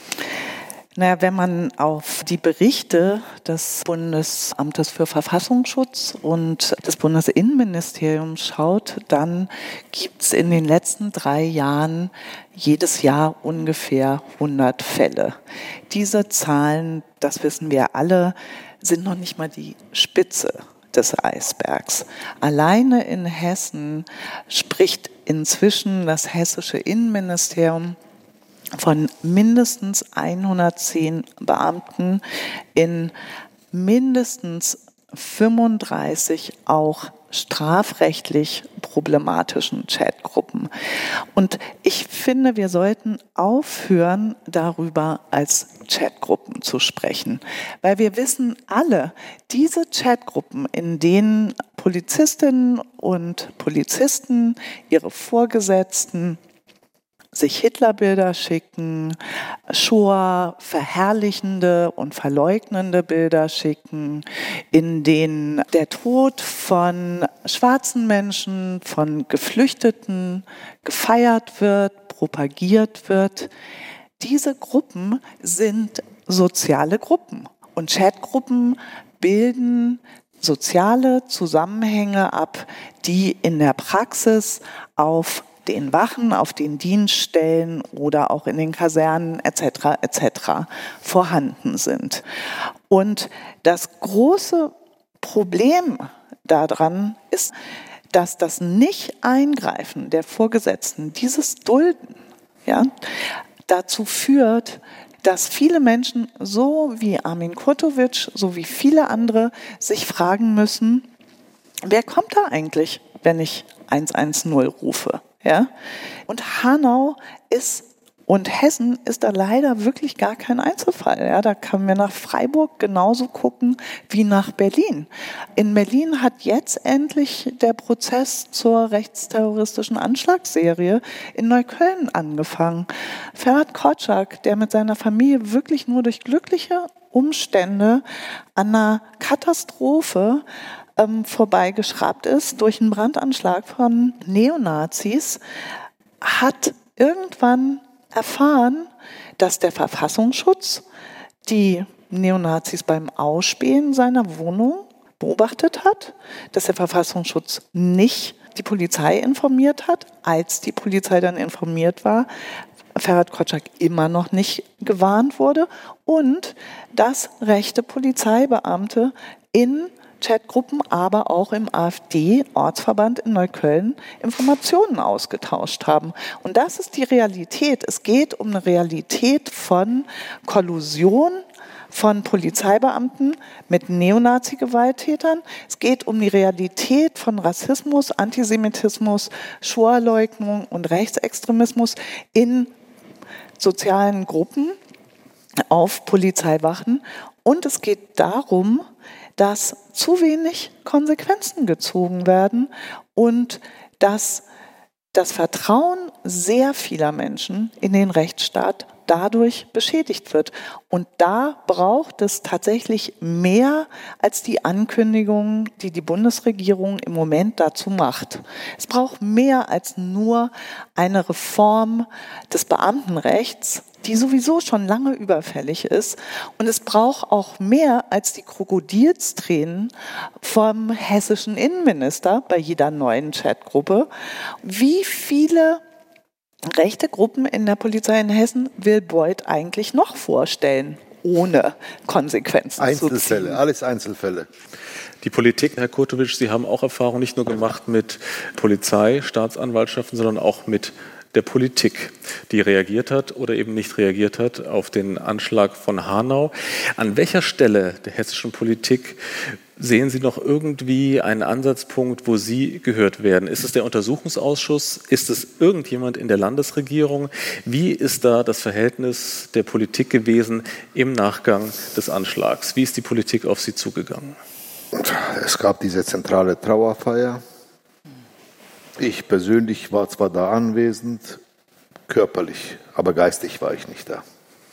Naja, wenn man auf die Berichte des Bundesamtes für Verfassungsschutz und des Bundesinnenministeriums schaut, dann gibt es in den letzten drei Jahren jedes Jahr ungefähr hundert Fälle. Diese Zahlen, das wissen wir alle, sind noch nicht mal die Spitze des Eisbergs. Alleine in Hessen spricht inzwischen das hessische Innenministerium von mindestens hundertzehn Beamten in mindestens fünfunddreißig auch strafrechtlich problematischen Chatgruppen. Und ich finde, wir sollten aufhören, darüber als Chatgruppen zu sprechen. Weil wir wissen alle, diese Chatgruppen, in denen Polizistinnen und Polizisten ihre Vorgesetzten sich Hitlerbilder schicken, Shoah verherrlichende und verleugnende Bilder schicken, in denen der Tod von schwarzen Menschen, von Geflüchteten gefeiert wird, propagiert wird. Diese Gruppen sind soziale Gruppen und Chatgruppen bilden soziale Zusammenhänge ab, die in der Praxis auf den Wachen, auf den Dienststellen oder auch in den Kasernen et cetera et cetera vorhanden sind. Und das große Problem daran ist, dass das Nicht-Eingreifen der Vorgesetzten, dieses Dulden, ja, dazu führt, dass viele Menschen, so wie Armin Kurtovic, so wie viele andere, sich fragen müssen, wer kommt da eigentlich? wenn ich eins eins null rufe. Ja? Und Hanau ist und Hessen ist da leider wirklich gar kein Einzelfall. Ja, da können wir nach Freiburg genauso gucken wie nach Berlin. In Berlin hat jetzt endlich der Prozess zur rechtsterroristischen Anschlagsserie in Neukölln angefangen. Ferhat Kotschak, der mit seiner Familie wirklich nur durch glückliche Umstände an einer Katastrophe ähm, vorbeigeschraubt ist, durch einen Brandanschlag von Neonazis, hat irgendwann erfahren, dass der Verfassungsschutz die Neonazis beim Ausspähen seiner Wohnung beobachtet hat, dass der Verfassungsschutz nicht die Polizei informiert hat, als die Polizei dann informiert war, Ferhat Kotschak immer noch nicht gewarnt wurde und dass rechte Polizeibeamte in Chatgruppen, aber auch im AfD-Ortsverband in Neukölln Informationen ausgetauscht haben. Und das ist die Realität. Es geht um eine Realität von Kollusion von Polizeibeamten mit Neonazi-Gewalttätern. Es geht um die Realität von Rassismus, Antisemitismus, Shoah-Leugnung und Rechtsextremismus in sozialen Gruppen auf Polizeiwachen. Und es geht darum, dass zu wenig Konsequenzen gezogen werden und dass das Vertrauen sehr vieler Menschen in den Rechtsstaat dadurch beschädigt wird. Und da braucht es tatsächlich mehr als die Ankündigungen, die die Bundesregierung im Moment dazu macht. Es braucht mehr als nur eine Reform des Beamtenrechts, die sowieso schon lange überfällig ist. Und es braucht auch mehr als die Krokodilstränen vom hessischen Innenminister bei jeder neuen Chatgruppe. Wie viele rechte Gruppen in der Polizei in Hessen will Beuth eigentlich noch vorstellen, ohne Konsequenzen Einzelfälle, zu ziehen? Einzelfälle, alles Einzelfälle. Die Politik, Herr Kurtowitsch, Sie haben auch Erfahrung nicht nur gemacht mit Polizei, Staatsanwaltschaften, sondern auch mit der Politik, die reagiert hat oder eben nicht reagiert hat auf den Anschlag von Hanau. An welcher Stelle der hessischen Politik sehen Sie noch irgendwie einen Ansatzpunkt, wo Sie gehört werden? Ist es der Untersuchungsausschuss? Ist es irgendjemand in der Landesregierung? Wie ist da das Verhältnis der Politik gewesen im Nachgang des Anschlags? Wie ist die Politik auf Sie zugegangen? Es gab diese zentrale Trauerfeier. Ich persönlich war zwar da anwesend, körperlich, aber geistig war ich nicht da.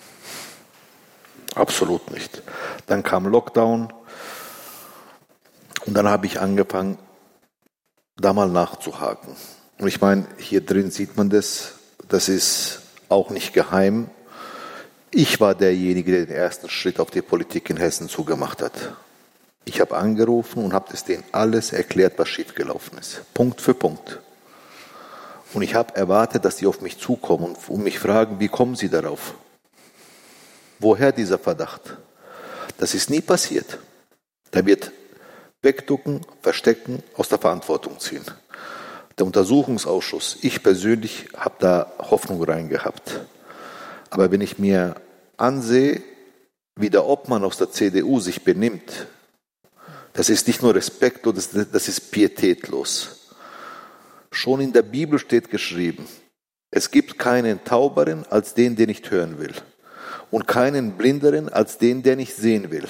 Absolut nicht. Dann kam Lockdown und dann habe ich angefangen, da mal nachzuhaken. Und ich meine, hier drin sieht man das, das ist auch nicht geheim. Ich war derjenige, der den ersten Schritt auf die Politik in Hessen zugemacht hat. Ich habe angerufen und habe das denen alles erklärt, was schiefgelaufen ist. Punkt für Punkt. Und ich habe erwartet, dass die auf mich zukommen und mich fragen, wie kommen sie darauf? Woher dieser Verdacht? Das ist nie passiert. Da wird wegducken, verstecken, aus der Verantwortung ziehen. Der Untersuchungsausschuss, ich persönlich habe da Hoffnung rein gehabt. Aber wenn ich mir ansehe, wie der Obmann aus der C D U sich benimmt, das ist nicht nur respektlos, das ist pietätlos. Schon in der Bibel steht geschrieben, es gibt keinen Tauberen als den, der nicht hören will. Und keinen Blinderen als den, der nicht sehen will.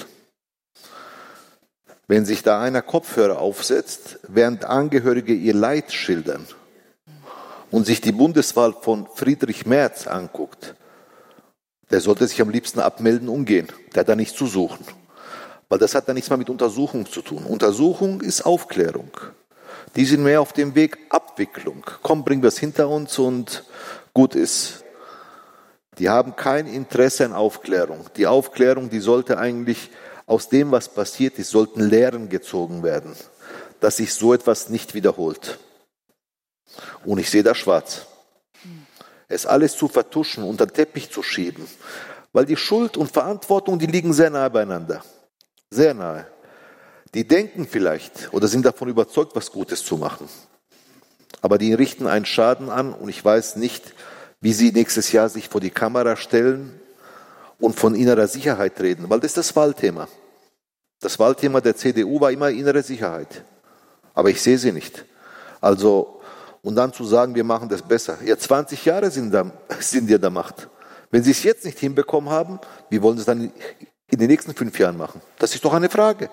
Wenn sich da einer Kopfhörer aufsetzt, während Angehörige ihr Leid schildern und sich die Bundeswahl von Friedrich Merz anguckt, der sollte sich am liebsten abmelden und gehen. Der hat da nichts zu suchen. Weil das hat dann nichts mehr mit Untersuchung zu tun. Untersuchung ist Aufklärung. Die sind mehr auf dem Weg Abwicklung. Komm, bringen wir es hinter uns und gut ist. Die haben kein Interesse an Aufklärung. Die Aufklärung, die sollte eigentlich aus dem, was passiert ist, sollten Lehren gezogen werden, dass sich so etwas nicht wiederholt. Und ich sehe da schwarz. Es alles zu vertuschen, unter den Teppich zu schieben, weil die Schuld und Verantwortung, die liegen sehr nahe beieinander. Sehr nahe. Die denken vielleicht oder sind davon überzeugt, was Gutes zu machen. Aber die richten einen Schaden an und ich weiß nicht, wie sie nächstes Jahr sich vor die Kamera stellen und von innerer Sicherheit reden, weil das ist das Wahlthema. Das Wahlthema der C D U war immer innere Sicherheit. Aber ich sehe sie nicht. Also, und dann zu sagen, wir machen das besser. Ja, zwanzig Jahre sind, da, sind die an der Macht. Wenn sie es jetzt nicht hinbekommen haben, wie wollen sie es dann in den nächsten fünf Jahren machen? Das ist doch eine Frage.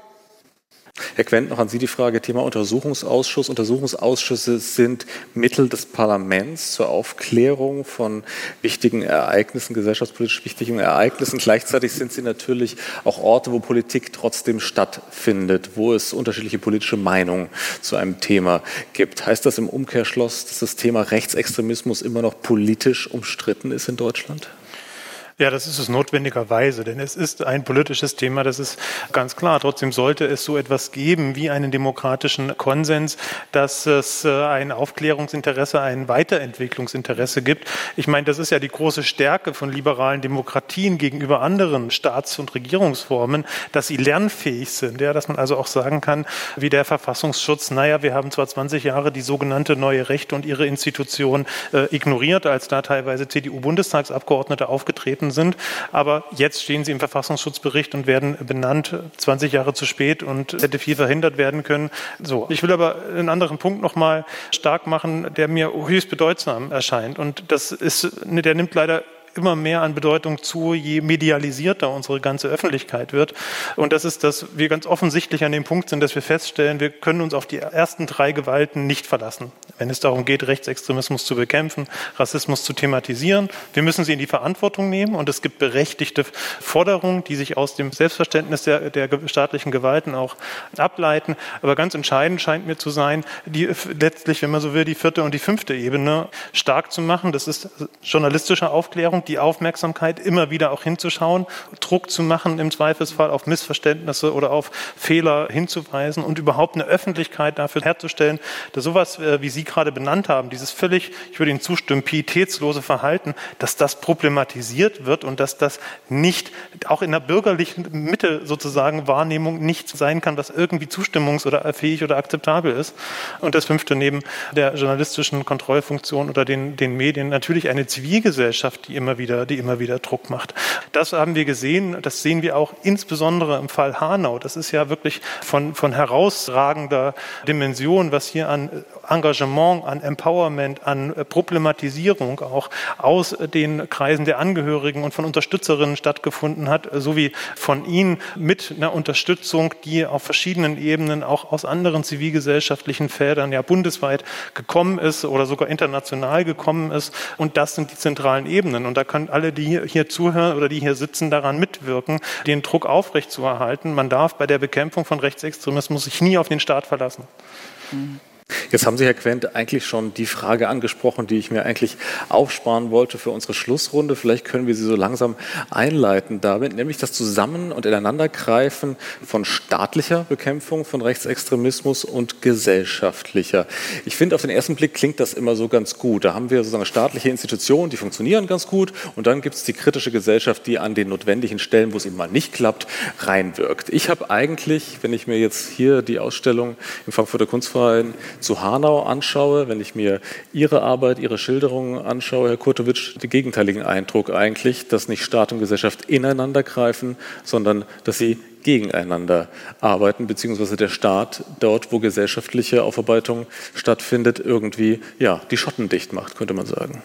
Herr Quent, noch an Sie die Frage, Thema Untersuchungsausschuss. Untersuchungsausschüsse sind Mittel des Parlaments zur Aufklärung von wichtigen Ereignissen, gesellschaftspolitisch wichtigen Ereignissen. Gleichzeitig sind sie natürlich auch Orte, wo Politik trotzdem stattfindet, wo es unterschiedliche politische Meinungen zu einem Thema gibt. Heißt das im Umkehrschluss, dass das Thema Rechtsextremismus immer noch politisch umstritten ist in Deutschland? Ja, das ist es notwendigerweise, denn es ist ein politisches Thema, das ist ganz klar. Trotzdem sollte es so etwas geben wie einen demokratischen Konsens, dass es ein Aufklärungsinteresse, ein Weiterentwicklungsinteresse gibt. Ich meine, das ist ja die große Stärke von liberalen Demokratien gegenüber anderen Staats- und Regierungsformen, dass sie lernfähig sind. Ja, dass man also auch sagen kann, wie der Verfassungsschutz, naja, wir haben zwar zwanzig Jahre die sogenannte neue Rechte und ihre Institution äh, ignoriert, als da teilweise C D U-Bundestagsabgeordnete aufgetreten sind. Aber jetzt stehen sie im Verfassungsschutzbericht und werden benannt, zwanzig Jahre zu spät, und hätte viel verhindert werden können. So. Ich will aber einen anderen Punkt nochmal stark machen, der mir höchst bedeutsam erscheint. Und das ist, der nimmt leider immer mehr an Bedeutung zu, je medialisierter unsere ganze Öffentlichkeit wird. Und das ist, dass wir ganz offensichtlich an dem Punkt sind, dass wir feststellen, wir können uns auf die ersten drei Gewalten nicht verlassen, wenn es darum geht, Rechtsextremismus zu bekämpfen, Rassismus zu thematisieren. Wir müssen sie in die Verantwortung nehmen, und es gibt berechtigte Forderungen, die sich aus dem Selbstverständnis der, der staatlichen Gewalten auch ableiten. Aber ganz entscheidend scheint mir zu sein, die letztlich, wenn man so will, die vierte und die fünfte Ebene stark zu machen. Das ist journalistische Aufklärung, die Aufmerksamkeit, immer wieder auch hinzuschauen, Druck zu machen, im Zweifelsfall auf Missverständnisse oder auf Fehler hinzuweisen und überhaupt eine Öffentlichkeit dafür herzustellen, dass sowas, wie Sie gerade benannt haben, dieses völlig, ich würde Ihnen zustimmen, pietätslose Verhalten, dass das problematisiert wird und dass das nicht, auch in der bürgerlichen Mitte sozusagen Wahrnehmung, nichts sein kann, was irgendwie zustimmungs- oder fähig oder akzeptabel ist. Und das fünfte, neben der journalistischen Kontrollfunktion oder den, den Medien, natürlich eine Zivilgesellschaft, die immer wieder, die immer wieder Druck macht. Das haben wir gesehen, das sehen wir auch insbesondere im Fall Hanau. Das ist ja wirklich von, von herausragender Dimension, was hier an Engagement, an Empowerment, an Problematisierung auch aus den Kreisen der Angehörigen und von Unterstützerinnen stattgefunden hat, sowie von ihnen mit einer Unterstützung, die auf verschiedenen Ebenen auch aus anderen zivilgesellschaftlichen Feldern ja bundesweit gekommen ist oder sogar international gekommen ist. Und das sind die zentralen Ebenen. Und da können alle, die hier zuhören oder die hier sitzen, daran mitwirken, den Druck aufrechtzuerhalten. Man darf bei der Bekämpfung von Rechtsextremismus sich nie auf den Staat verlassen. Mhm. Jetzt haben Sie, Herr Quent, eigentlich schon die Frage angesprochen, die ich mir eigentlich aufsparen wollte für unsere Schlussrunde. Vielleicht können wir sie so langsam einleiten damit, nämlich das Zusammen- und Ineinandergreifen von staatlicher Bekämpfung von Rechtsextremismus und gesellschaftlicher. Ich finde, auf den ersten Blick klingt das immer so ganz gut. Da haben wir sozusagen staatliche Institutionen, die funktionieren ganz gut, und dann gibt es die kritische Gesellschaft, die an den notwendigen Stellen, wo es eben mal nicht klappt, reinwirkt. Ich habe eigentlich, wenn ich mir jetzt hier die Ausstellung im Frankfurter Kunstverein zu Hanau anschaue, wenn ich mir Ihre Arbeit, Ihre Schilderungen anschaue, Herr Kurtovic, den gegenteiligen Eindruck eigentlich, dass nicht Staat und Gesellschaft ineinander greifen, sondern dass sie gegeneinander arbeiten, beziehungsweise der Staat dort, wo gesellschaftliche Aufarbeitung stattfindet, irgendwie ja, die Schotten dicht macht, könnte man sagen.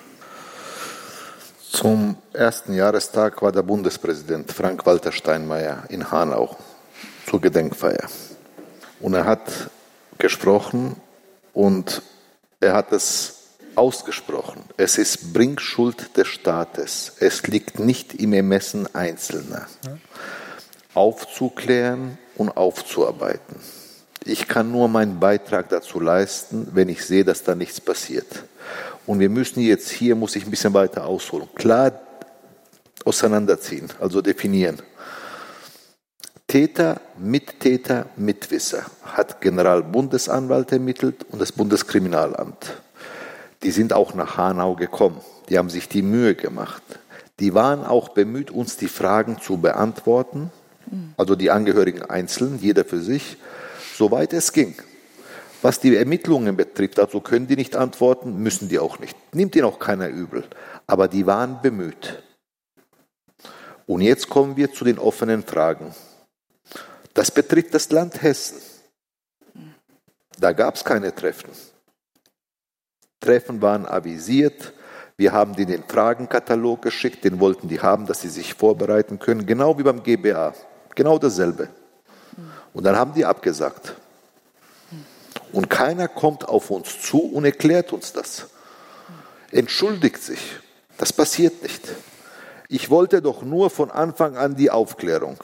Zum ersten Jahrestag war der Bundespräsident Frank-Walter Steinmeier in Hanau zur Gedenkfeier. Und er hat gesprochen, und er hat es ausgesprochen. Es ist Bringschuld des Staates. Es liegt nicht im Ermessen Einzelner. Aufzuklären und aufzuarbeiten. Ich kann nur meinen Beitrag dazu leisten, wenn ich sehe, dass da nichts passiert. Und wir müssen jetzt hier, muss ich ein bisschen weiter ausholen, klar auseinanderziehen, also definieren. Täter, Mittäter, Mitwisser hat Generalbundesanwalt ermittelt und das Bundeskriminalamt. Die sind auch nach Hanau gekommen. Die haben sich die Mühe gemacht. Die waren auch bemüht, uns die Fragen zu beantworten, also die Angehörigen einzeln, jeder für sich, soweit es ging. Was die Ermittlungen betrifft, dazu können die nicht antworten, müssen die auch nicht. Nimmt ihnen auch keiner übel. Aber die waren bemüht. Und jetzt kommen wir zu den offenen Fragen. Das betrifft das Land Hessen. Da gab es keine Treffen. Treffen waren avisiert. Wir haben denen den Fragenkatalog geschickt, den wollten die haben, dass sie sich vorbereiten können, genau wie beim G B A, genau dasselbe. Und dann haben die abgesagt. Und keiner kommt auf uns zu und erklärt uns das. Entschuldigt sich. Das passiert nicht. Ich wollte doch nur von Anfang an die Aufklärung.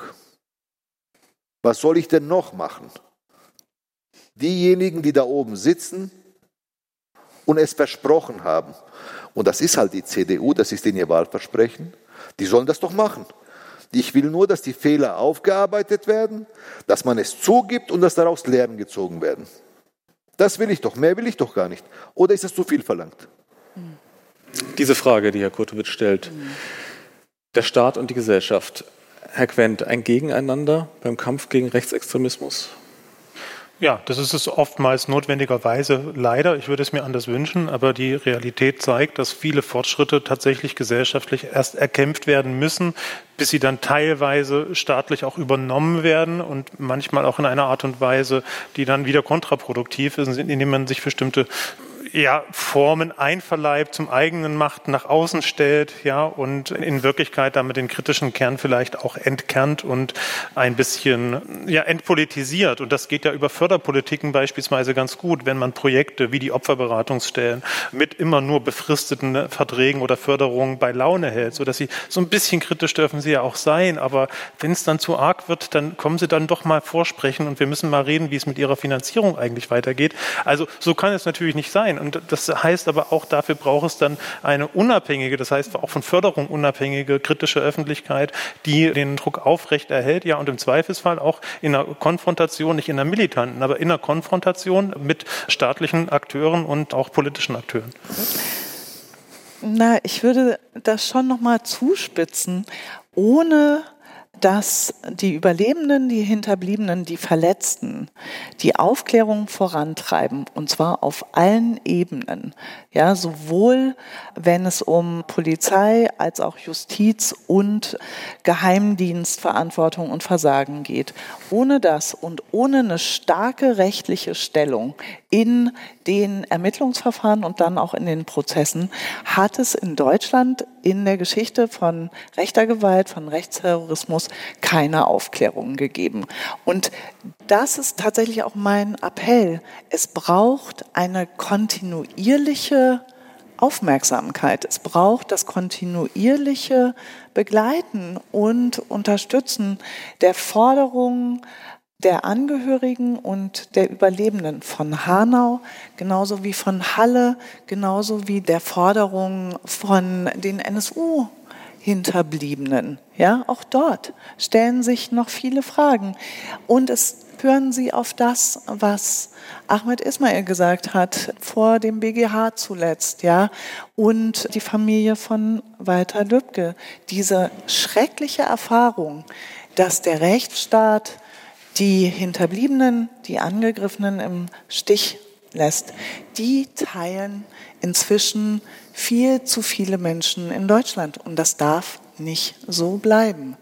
Was soll ich denn noch machen? Diejenigen, die da oben sitzen und es versprochen haben, und das ist halt die C D U, das ist denn ihr Wahlversprechen, die sollen das doch machen. Ich will nur, dass die Fehler aufgearbeitet werden, dass man es zugibt und dass daraus Lehren gezogen werden. Das will ich doch, mehr will ich doch gar nicht. Oder ist das zu viel verlangt? Diese Frage, die Herr Kurtowitsch stellt, der Staat und die Gesellschaft, Herr Quent, ein Gegeneinander beim Kampf gegen Rechtsextremismus? Ja, das ist es oftmals notwendigerweise leider. Ich würde es mir anders wünschen, aber die Realität zeigt, dass viele Fortschritte tatsächlich gesellschaftlich erst erkämpft werden müssen, bis sie dann teilweise staatlich auch übernommen werden und manchmal auch in einer Art und Weise, die dann wieder kontraproduktiv ist, indem man sich bestimmte ja, Formen einverleibt, zum eigenen macht, nach außen stellt, ja, und in Wirklichkeit damit den kritischen Kern vielleicht auch entkernt und ein bisschen, ja, entpolitisiert. Und das geht ja über Förderpolitiken beispielsweise ganz gut, wenn man Projekte wie die Opferberatungsstellen mit immer nur befristeten Verträgen oder Förderungen bei Laune hält, sodass sie so ein bisschen kritisch dürfen sie ja auch sein. Aber wenn es dann zu arg wird, dann kommen sie dann doch mal vorsprechen und wir müssen mal reden, wie es mit ihrer Finanzierung eigentlich weitergeht. Also so kann es natürlich nicht sein. Und das heißt aber auch, dafür braucht es dann eine unabhängige, das heißt auch von Förderung unabhängige kritische Öffentlichkeit, die den Druck aufrecht erhält, ja, und im Zweifelsfall auch in einer Konfrontation, nicht in einer militanten, aber in einer Konfrontation mit staatlichen Akteuren und auch politischen Akteuren. Na, ich würde das schon noch mal zuspitzen, ohne dass die Überlebenden, die Hinterbliebenen, die Verletzten die Aufklärung vorantreiben, und zwar auf allen Ebenen. Ja, sowohl wenn es um Polizei als auch Justiz und Geheimdienstverantwortung und Versagen geht. Ohne das und ohne eine starke rechtliche Stellung in den Ermittlungsverfahren und dann auch in den Prozessen hat es in Deutschland in der Geschichte von rechter Gewalt, von Rechtsterrorismus keine Aufklärung gegeben. Und das ist tatsächlich auch mein Appell. Es braucht eine kontinuierliche Aufmerksamkeit. Es braucht das kontinuierliche Begleiten und Unterstützen der Forderungen der Angehörigen und der Überlebenden von Hanau, genauso wie von Halle, genauso wie der Forderungen von den N S U-Hinterbliebenen. Ja, auch dort stellen sich noch viele Fragen. Und es hören Sie auf das, was Ahmed Ismail gesagt hat, vor dem B G H zuletzt, ja, und die Familie von Walter Lübcke. Diese schreckliche Erfahrung, dass der Rechtsstaat die Hinterbliebenen, die Angegriffenen im Stich lässt, die teilen inzwischen viel zu viele Menschen in Deutschland. Und das darf nicht so bleiben.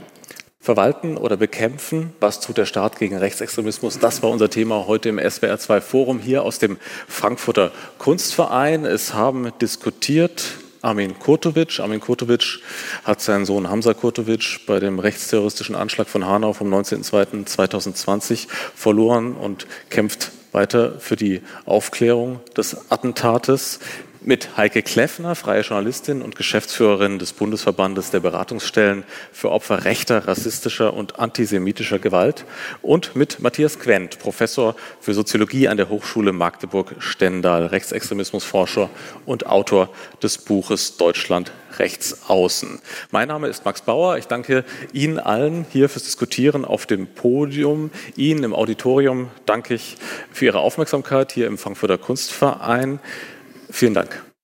Verwalten oder bekämpfen, was tut der Staat gegen Rechtsextremismus? Das war unser Thema heute im S W R zwei Forum hier aus dem Frankfurter Kunstverein. Es haben diskutiert Armin Kurtowitsch. Armin Kurtowitsch hat seinen Sohn Hamza Kurtowitsch bei dem rechtsterroristischen Anschlag von Hanau vom neunzehnten zweiten zweitausendzwanzig verloren und kämpft weiter für die Aufklärung des Attentates. Mit Heike Kleffner, freie Journalistin und Geschäftsführerin des Bundesverbandes der Beratungsstellen für Opfer rechter, rassistischer und antisemitischer Gewalt, und mit Matthias Quent, Professor für Soziologie an der Hochschule Magdeburg-Stendal, Rechtsextremismusforscher und Autor des Buches Deutschland Rechtsaußen. Mein Name ist Max Bauer. Ich danke Ihnen allen hier fürs Diskutieren auf dem Podium. Ihnen im Auditorium danke ich für Ihre Aufmerksamkeit hier im Frankfurter Kunstverein. Vielen Dank.